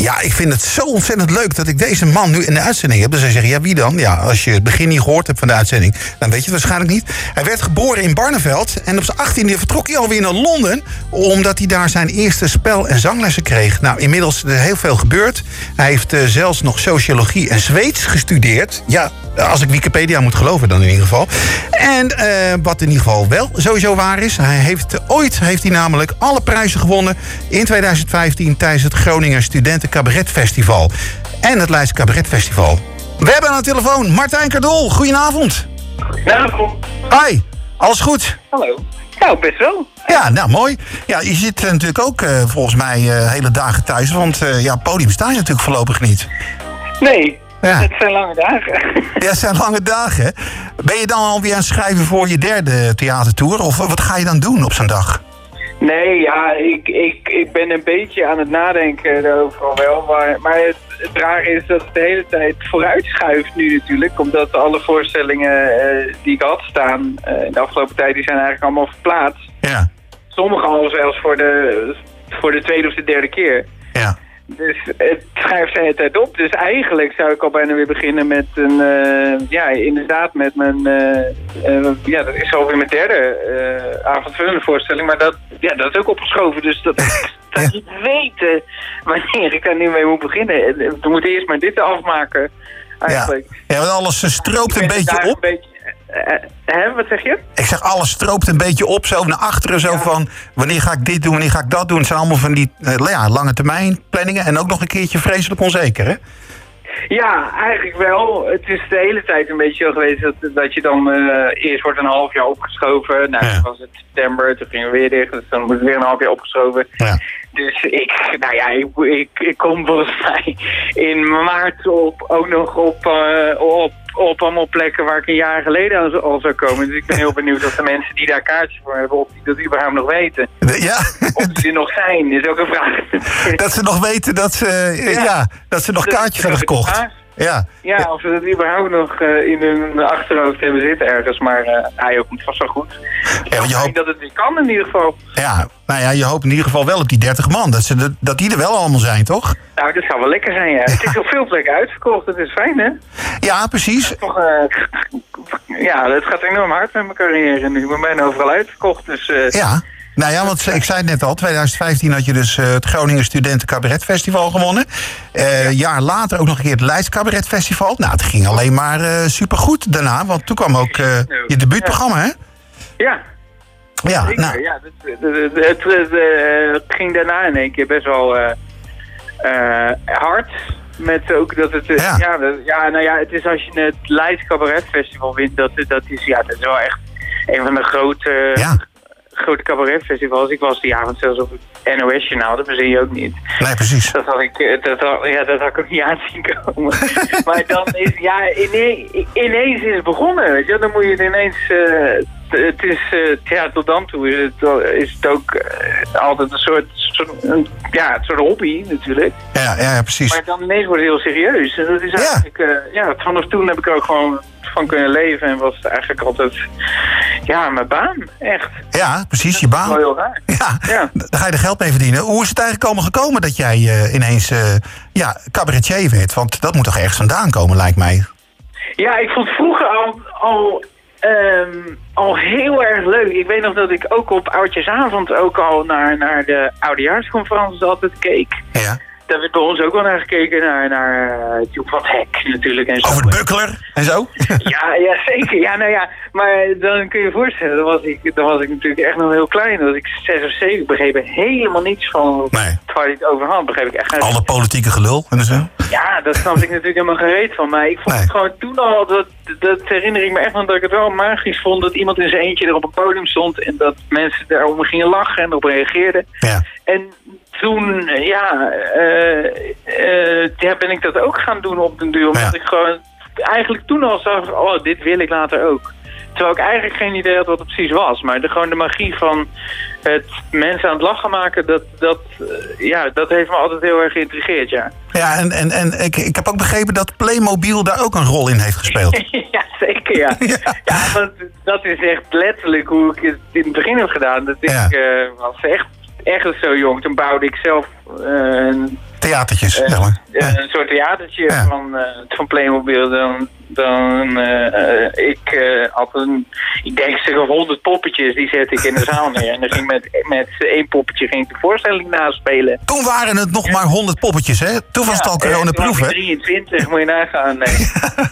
Ja, ik vind het zo ontzettend leuk dat ik deze man nu in de uitzending heb. Dus hij zegt, ja, wie dan? Ja, als je het begin niet gehoord hebt van de uitzending, dan weet je het waarschijnlijk niet. Hij werd geboren in Barneveld en op zijn 18e vertrok hij alweer naar Londen, omdat hij daar zijn eerste spel- en zanglessen kreeg. Nou, inmiddels is er heel veel gebeurd. Hij heeft zelfs nog sociologie en Zweeds gestudeerd. Ja, als ik Wikipedia moet geloven dan in ieder geval. En wat in ieder geval wel sowieso waar is, ooit heeft hij namelijk alle prijzen gewonnen in 2015 tijdens het Groninger Studenten Cabaret Festival. En het Leids Cabaret Festival. We hebben aan de telefoon Martijn Kardol. Goedenavond. Goedenavond. Hoi, alles goed? Hallo. Nou, best wel. Ja, nou mooi. Ja, je zit natuurlijk ook volgens mij hele dagen thuis, want podium sta je natuurlijk voorlopig niet. Nee, Ja. het zijn lange dagen. Ja, het zijn lange dagen. Ben je dan alweer aan het schrijven voor je derde theatertour? Of wat ga je dan doen op zo'n dag? Nee, ja, ik ben een beetje aan het nadenken erover al wel. Maar het rare is dat het de hele tijd vooruit schuift nu natuurlijk. Omdat alle voorstellingen die ik had staan in de afgelopen tijd, die zijn eigenlijk allemaal verplaatst. Ja. Sommige al zelfs voor de tweede of de derde keer. Ja. Dus het schuift de hele tijd op. Dus eigenlijk zou ik al bijna weer beginnen met inderdaad met mijn... dat is alweer mijn derde avondvullende voorstelling. Maar dat is ook opgeschoven. Dus dat ik niet weten wanneer ik daar nu mee moet beginnen. We moeten eerst maar dit afmaken, eigenlijk. Ja, want alles stroopt een beetje op. Wat zeg je? Ik zeg, alles stroopt een beetje op, zo naar achteren. Zo van, wanneer ga ik dit doen, wanneer ga ik dat doen. Het zijn allemaal van die lange termijn planningen. En ook nog een keertje vreselijk onzeker, hè? Ja, eigenlijk wel. Het is de hele tijd een beetje zo geweest dat je dan eerst wordt een half jaar opgeschoven. Nou, toen was het september, toen gingen we weer dicht. Dus dan wordt het weer een half jaar opgeschoven. Ja. Dus ik kom volgens mij in maart ook nog op allemaal plekken waar ik een jaar geleden al zou komen. Dus ik ben heel benieuwd of de mensen die daar kaartjes voor hebben, of die dat überhaupt nog weten. Ja. Of die er nog zijn, is ook een vraag. Dat ze nog weten dat ze nog kaartjes hebben gekocht. Ja, of ze dat überhaupt nog in hun achterhoofd hebben zitten ergens. Maar hij ook vast wel goed. Ja, want je hoopt dat het weer kan in ieder geval. Ja, nou ja, je hoopt in ieder geval wel op die 30 man. Dat die er wel allemaal zijn, toch? Nou, dat zou wel lekker zijn, ja. Het is op veel plekken uitverkocht. Dat is fijn, hè? Ja, precies. Het gaat enorm hard met mijn carrière nu. Ik ben bijna overal uitverkocht, dus... Ja. Nou ja, want ik zei het net al, 2015 had je dus het Groninger Studenten Cabaret Festival gewonnen. Jaar later ook nog een keer het Leids Cabaret Festival. Nou, het ging alleen maar supergoed daarna, want toen kwam ook je debuutprogramma, hè? Ja. Ja, zeker, nou. Ja, het ging daarna in één keer best wel hard. Met ook dat het... het is als je het Leids Cabaret Festival wint, dat is wel echt een van de grote cabaretfestivals. Ik was die avond zelfs op het NOS-journaal, dat verzin je ook niet. Nee, precies. Dat had ik ook niet aanzien komen. Maar dan is, ineens is het begonnen, weet je. Dan moet je het ineens... het is, tot dan toe is het ook altijd een soort hobby natuurlijk. Ja, precies. Maar dan ineens wordt het heel serieus. En dat is eigenlijk, vanaf toen heb ik er ook gewoon van kunnen leven en was het eigenlijk altijd, mijn baan, echt. Ja, precies, je baan. Dat is wel heel raar. Ja, daar ga je er geld mee verdienen. Hoe is het eigenlijk allemaal gekomen dat jij ineens cabaretier werd? Want dat moet toch ergens vandaan komen, lijkt mij. Ja, ik vond vroeger al heel erg leuk. Ik weet nog dat ik ook op Oudjesavond ook al naar de oudejaarsconferenties altijd keek. Ja. Daar werd bij ons ook wel naar gekeken, naar Joep van het Hek natuurlijk. En zo. Over de bukkler en zo? Ja, zeker. Ja, nou ja, maar dan kun je je voorstellen, dan was ik natuurlijk echt nog heel klein. Dan was ik 6 of 7, ik begreep er helemaal niets van waar hij het over had. Begreep ik echt. Alle politieke gelul en zo? Ja, dat snapte ik natuurlijk helemaal gereed van. Maar ik vond het gewoon toen al, dat herinner ik me echt nog, dat ik het wel magisch vond dat iemand in zijn eentje er op een podium stond en dat mensen daarom gingen lachen en erop reageerden. Ja. En toen, ben ik dat ook gaan doen op den duur. Omdat ik gewoon eigenlijk toen al zag, dit wil ik later ook. Terwijl ik eigenlijk geen idee had wat het precies was. Maar gewoon de magie van het mensen aan het lachen maken, dat heeft me altijd heel erg geïntrigeerd, ja. Ja, en ik heb ook begrepen dat Playmobil daar ook een rol in heeft gespeeld. Ja, zeker, ja. Ja, want dat is echt letterlijk hoe ik het in het begin heb gedaan. Dat ik was echt zo jong. Toen bouwde ik zelf Theatertjes, zeg maar. Een soort theatertje van Playmobil. Ik denk zeg 100 poppetjes, die zet ik in de zaal neer. En dan ging met 1 poppetje ging ik de voorstelling naspelen. Toen waren het nog maar 100 poppetjes, hè? Toen was het al coronaproof, hè? 23, moet je nagaan. Nee.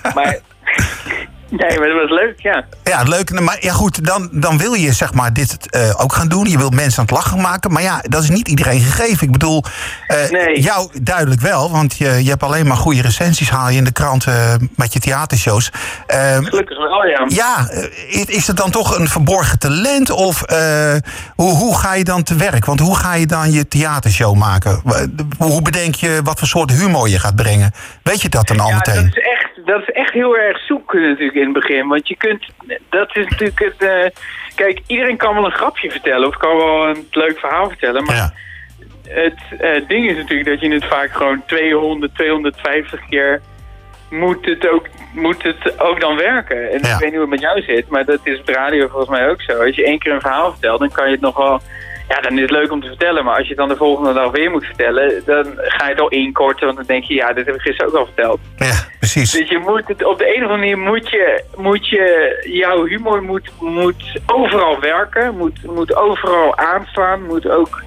maar dat was leuk, ja. Ja, leuk. Maar ja, goed, dan wil je zeg maar dit ook gaan doen. Je wilt mensen aan het lachen maken. Maar ja, dat is niet iedereen gegeven. Ik bedoel, jou duidelijk wel. Want je hebt alleen maar goede recensies, haal je in de krant met je theatershows. Gelukkig wel, ja. Ja, is het dan toch een verborgen talent? Of hoe ga je dan te werk? Want hoe ga je dan je theatershow maken? Hoe bedenk je wat voor soort humor je gaat brengen? Weet je dat dan al meteen? Dat is echt heel erg zoeken natuurlijk in het begin. Want je kunt... Dat is natuurlijk het... kijk, iedereen kan wel een grapje vertellen. Of kan wel een leuk verhaal vertellen. Maar het ding is natuurlijk dat je het vaak gewoon 200, 250 keer... Moet het ook dan werken. En ik weet niet hoe het met jou zit. Maar dat is op de radio volgens mij ook zo. Als je 1 keer een verhaal vertelt, dan kan je het nog wel... Ja, dan is het leuk om te vertellen. Maar als je het dan de volgende dag weer moet vertellen... dan ga je het al inkorten. Want dan denk je, ja, dit heb ik gisteren ook al verteld. Ja, precies. Dus je moet het op de een of andere manier... jouw humor moet overal werken. Moet overal aanslaan. Moet ook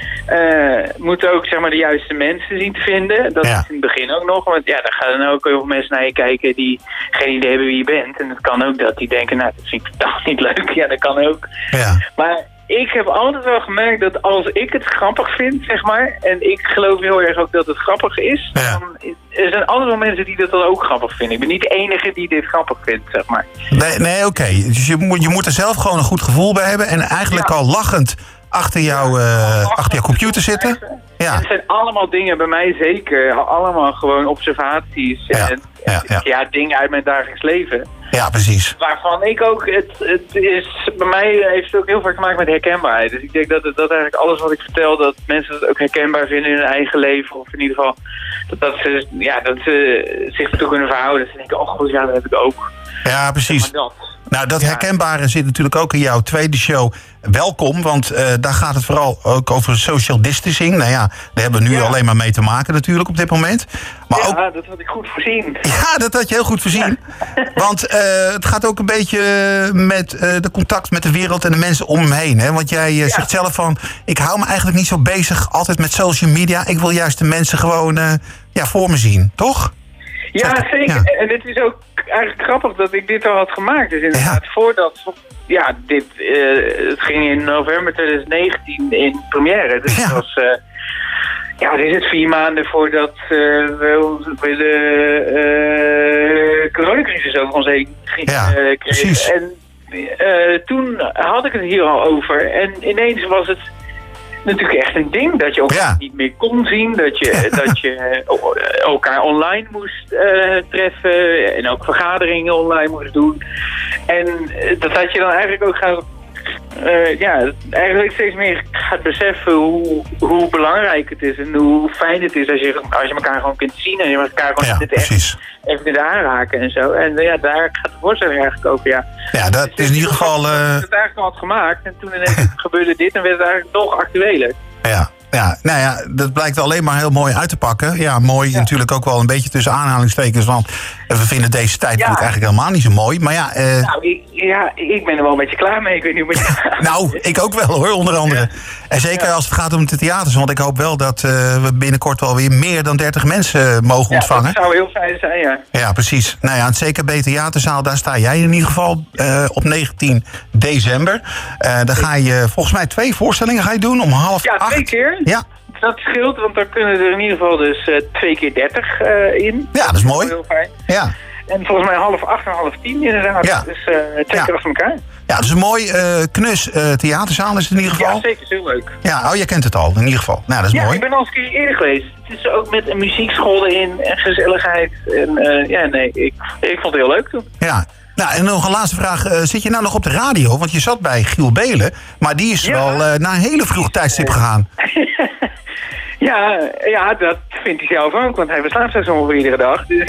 zeg maar de juiste mensen zien te vinden. Dat is in het begin ook nog. Want ja, dan gaan dan ook heel veel mensen naar je kijken... die geen idee hebben wie je bent. En het kan ook dat die denken... nou, dat vind ik totaal niet leuk. Ja, dat kan ook. Ja. Maar... Ik heb altijd wel gemerkt dat als ik het grappig vind, zeg maar... en ik geloof heel erg ook dat het grappig is... dan er zijn altijd wel mensen die dat dan ook grappig vinden. Ik ben niet de enige die dit grappig vindt, zeg maar. Nee, oké. Dus je moet er zelf gewoon een goed gevoel bij hebben... en eigenlijk al lachend achter jouw computer zitten. Ja. En het zijn allemaal dingen bij mij zeker. Allemaal gewoon observaties en dingen uit mijn dagelijks leven. Ja, precies. Waarvan ik ook, het is, bij mij heeft het ook heel vaak te maken met herkenbaarheid. Dus ik denk dat eigenlijk alles wat ik vertel, dat mensen het ook herkenbaar vinden in hun eigen leven. Of in ieder geval, dat ze zich ertoe kunnen verhouden. Dat ze denken, oh goed, ja, dat heb ik ook. Ja, precies. Nou, dat herkenbare zit natuurlijk ook in jouw tweede show. Welkom, want daar gaat het vooral ook over social distancing. Nou ja, daar hebben we nu alleen maar mee te maken natuurlijk op dit moment. Maar ook... dat had ik goed voorzien. Ja, dat had je heel goed voorzien. Want het gaat ook een beetje met de contact met de wereld en de mensen om hem heen. Hè? Want jij zegt zelf van, ik hou me eigenlijk niet zo bezig altijd met social media. Ik wil juist de mensen gewoon voor me zien, toch? Ja, zeker. Ja. En het is ook eigenlijk grappig dat ik dit al had gemaakt. Dus inderdaad, voordat... Ja, het ging in november 2019 in première. Dus het was... wat is het? 4 maanden voordat we de coronacrisis over ons heen kregen. Precies. En toen had ik het hier al over. En ineens was het... natuurlijk echt een ding dat je elkaar niet meer kon zien, dat je elkaar online moest treffen en ook vergaderingen online moest doen. En dat had je dan eigenlijk ook eigenlijk steeds meer gaat beseffen hoe belangrijk het is en hoe fijn het is als je elkaar gewoon kunt zien en je elkaar gewoon even kunt aanraken en zo. En daar gaat de voorstelling eigenlijk over, Ja, dat is in ieder geval... Ik heb het eigenlijk al had gemaakt en toen ineens gebeurde dit en werd het eigenlijk nog actueler. Ja, nou ja, dat blijkt alleen maar heel mooi uit te pakken. Ja, mooi natuurlijk ook wel een beetje tussen aanhalingstekens. Want we vinden deze tijd natuurlijk eigenlijk helemaal niet zo mooi. Maar ik ben er wel een beetje klaar mee. Ik weet niet hoe het Nou, ik ook wel hoor, onder andere. Ja. En zeker als het gaat om de theaters. Want ik hoop wel dat we binnenkort wel weer meer dan 30 mensen mogen ontvangen. Dat zou heel fijn zijn, ja. Ja, precies. Nou ja, het CKB Theaterzaal, daar sta jij in ieder geval op 19 december. Dan ga je volgens mij 2 voorstellingen ga je doen om 7:30. Ja, 2 keer. Ja. Dat scheelt, want dan kunnen er in ieder geval dus 2 keer 30 in. Ja, dat is mooi. Heel fijn. Ja. En volgens mij 7:30 en 9:30 inderdaad. Ja. Dus 2 keer achter elkaar. Ja, dus een mooi knus theaterzaal is het in ieder geval. Ja, zeker. Is heel leuk. Ja, jij kent het al in ieder geval. Nou, dat is mooi. Ik ben al eens een keer eerder geweest. Het is ook met een muziekschool erin en gezelligheid. En ik vond het heel leuk toen. Ja. Nou, en nog een laatste vraag. Zit je nou nog op de radio? Want je zat bij Giel Belen, maar die is wel naar een hele vroeg tijdstip gegaan. Ja, dat vindt hij zelf ook, want hij beslaapt zich ongeveer iedere dag. Dus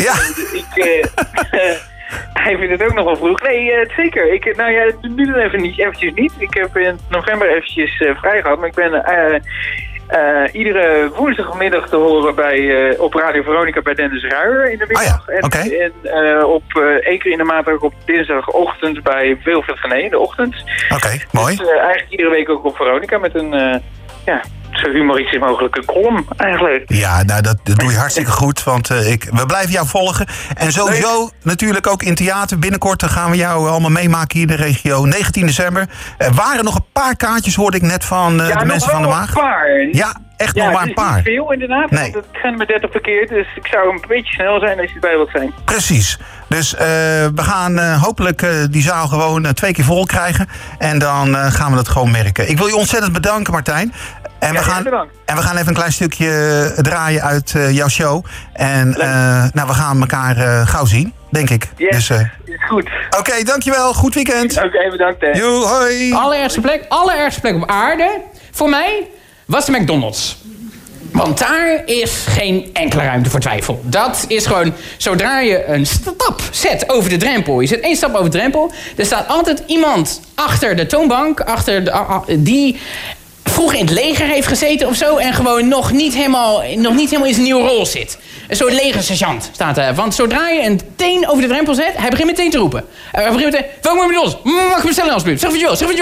hij vindt het ook nog wel vroeg. Nee, zeker. Nu dan eventjes niet. Ik heb in november eventjes vrij gehad, maar ik ben Iedere woensdagmiddag te horen op Radio Veronica bij Dennis Ruijer in de middag. En op 1 keer in de maand ook op dinsdagochtend bij Wilfred Gené in de ochtend. Oké, mooi. Dus eigenlijk iedere week ook op Veronica met een zo humoristisch mogelijke column eigenlijk. Ja, nou dat doe je hartstikke goed, want we blijven jou volgen. En sowieso natuurlijk ook in theater. Binnenkort gaan we jou allemaal meemaken hier in de regio. 19 december. Er waren nog een paar kaartjes, hoorde ik net van de mensen van de Waag. Een paar. Ja, echt nog maar een paar. Niet veel inderdaad, want het gaat met 30 verkeerd. Dus ik zou een beetje snel zijn als je erbij wilt zijn. Precies. Dus we gaan hopelijk die zaal gewoon 2 keer vol krijgen. En dan gaan we dat gewoon merken. Ik wil je ontzettend bedanken, Martijn. En we gaan even een klein stukje draaien uit jouw show. En we gaan elkaar gauw zien, denk ik. Yes, dus, is goed. Oké, dankjewel. Goed weekend. Oké, bedankt. Hè. Yo, hoi. Allerergste plek op aarde, voor mij, was de McDonald's. Want daar is geen enkele ruimte voor twijfel. Dat is gewoon, zodra je een stap zet over de drempel. Je zet 1 stap over de drempel. Er staat altijd iemand achter de toonbank. Die vroeger in het leger heeft gezeten of zo. En gewoon nog niet helemaal in zijn nieuwe rol zit. Een soort legersergeant staat er. Want zodra je een teen over de drempel zet, hij begint meteen te roepen. Hij begint meteen, welkom bij McDonald's. Mag ik bestellen alsjeblieft? Zeg wat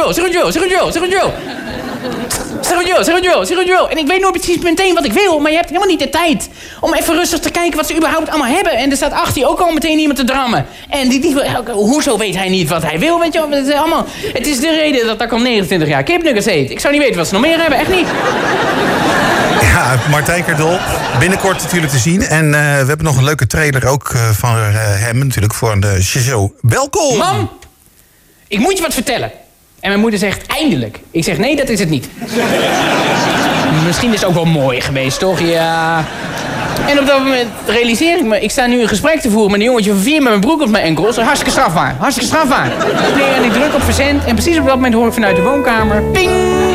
je wil. En ik weet nooit precies meteen wat ik wil, maar je hebt helemaal niet de tijd om even rustig te kijken wat ze überhaupt allemaal hebben. En er staat achter je ook al meteen iemand te drammen. En hoezo weet hij niet wat hij wil? Weet je wel? Het is de reden dat ik al 29 jaar kipnuggets eet. Ik zou niet weten wat ze nog meer hebben, echt niet. Ja, Martijn Kerdol, binnenkort natuurlijk te zien. En we hebben nog een leuke trailer ook van hem natuurlijk voor de show. Welkom! Mam, ik moet je wat vertellen. En mijn moeder zegt, eindelijk. Ik zeg, nee, dat is het niet. Misschien is het ook wel mooi geweest, toch? Ja. En op dat moment realiseer ik me, ik sta nu een gesprek te voeren met een jongetje van 4 met mijn broek op mijn enkels. Hartstikke strafbaar. En ik druk op verzend en precies op dat moment hoor ik vanuit de woonkamer, ping!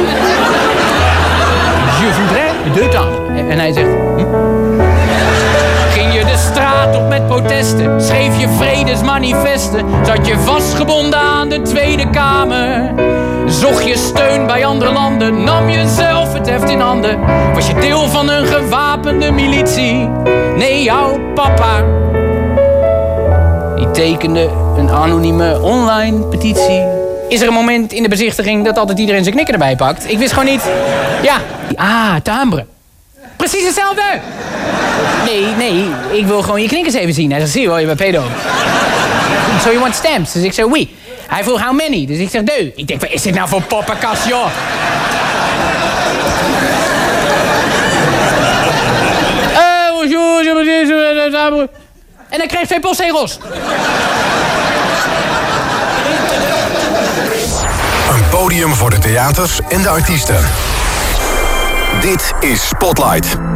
Je voudrais de temps. En hij zegt, Ging je de straat op met protesten? Schreef je vredesmanifesten? Zat je vastgebonden aan de Tweede Kamer? Zocht je steun bij andere landen? Nam je zelf het heft in handen? Was je deel van een gewapende militie? Nee, jouw papa, die tekende een anonieme online petitie. Is er een moment in de bezichtiging dat altijd iedereen zijn knikker erbij pakt? Ik wist gewoon niet... Ja, timbre. Precies hetzelfde! Nee, ik wil gewoon je knikkers even zien. Hij zegt, zie je wel, je bent pedo. So you want stamps? Dus ik zeg, oui. Hij vroeg, how many? Dus ik zeg, 2. Ik denk, wat is dit nou voor poppenkast, joh? En hij kreeg 2 postzegels. Een podium voor de theaters en de artiesten. Dit is Spotlight.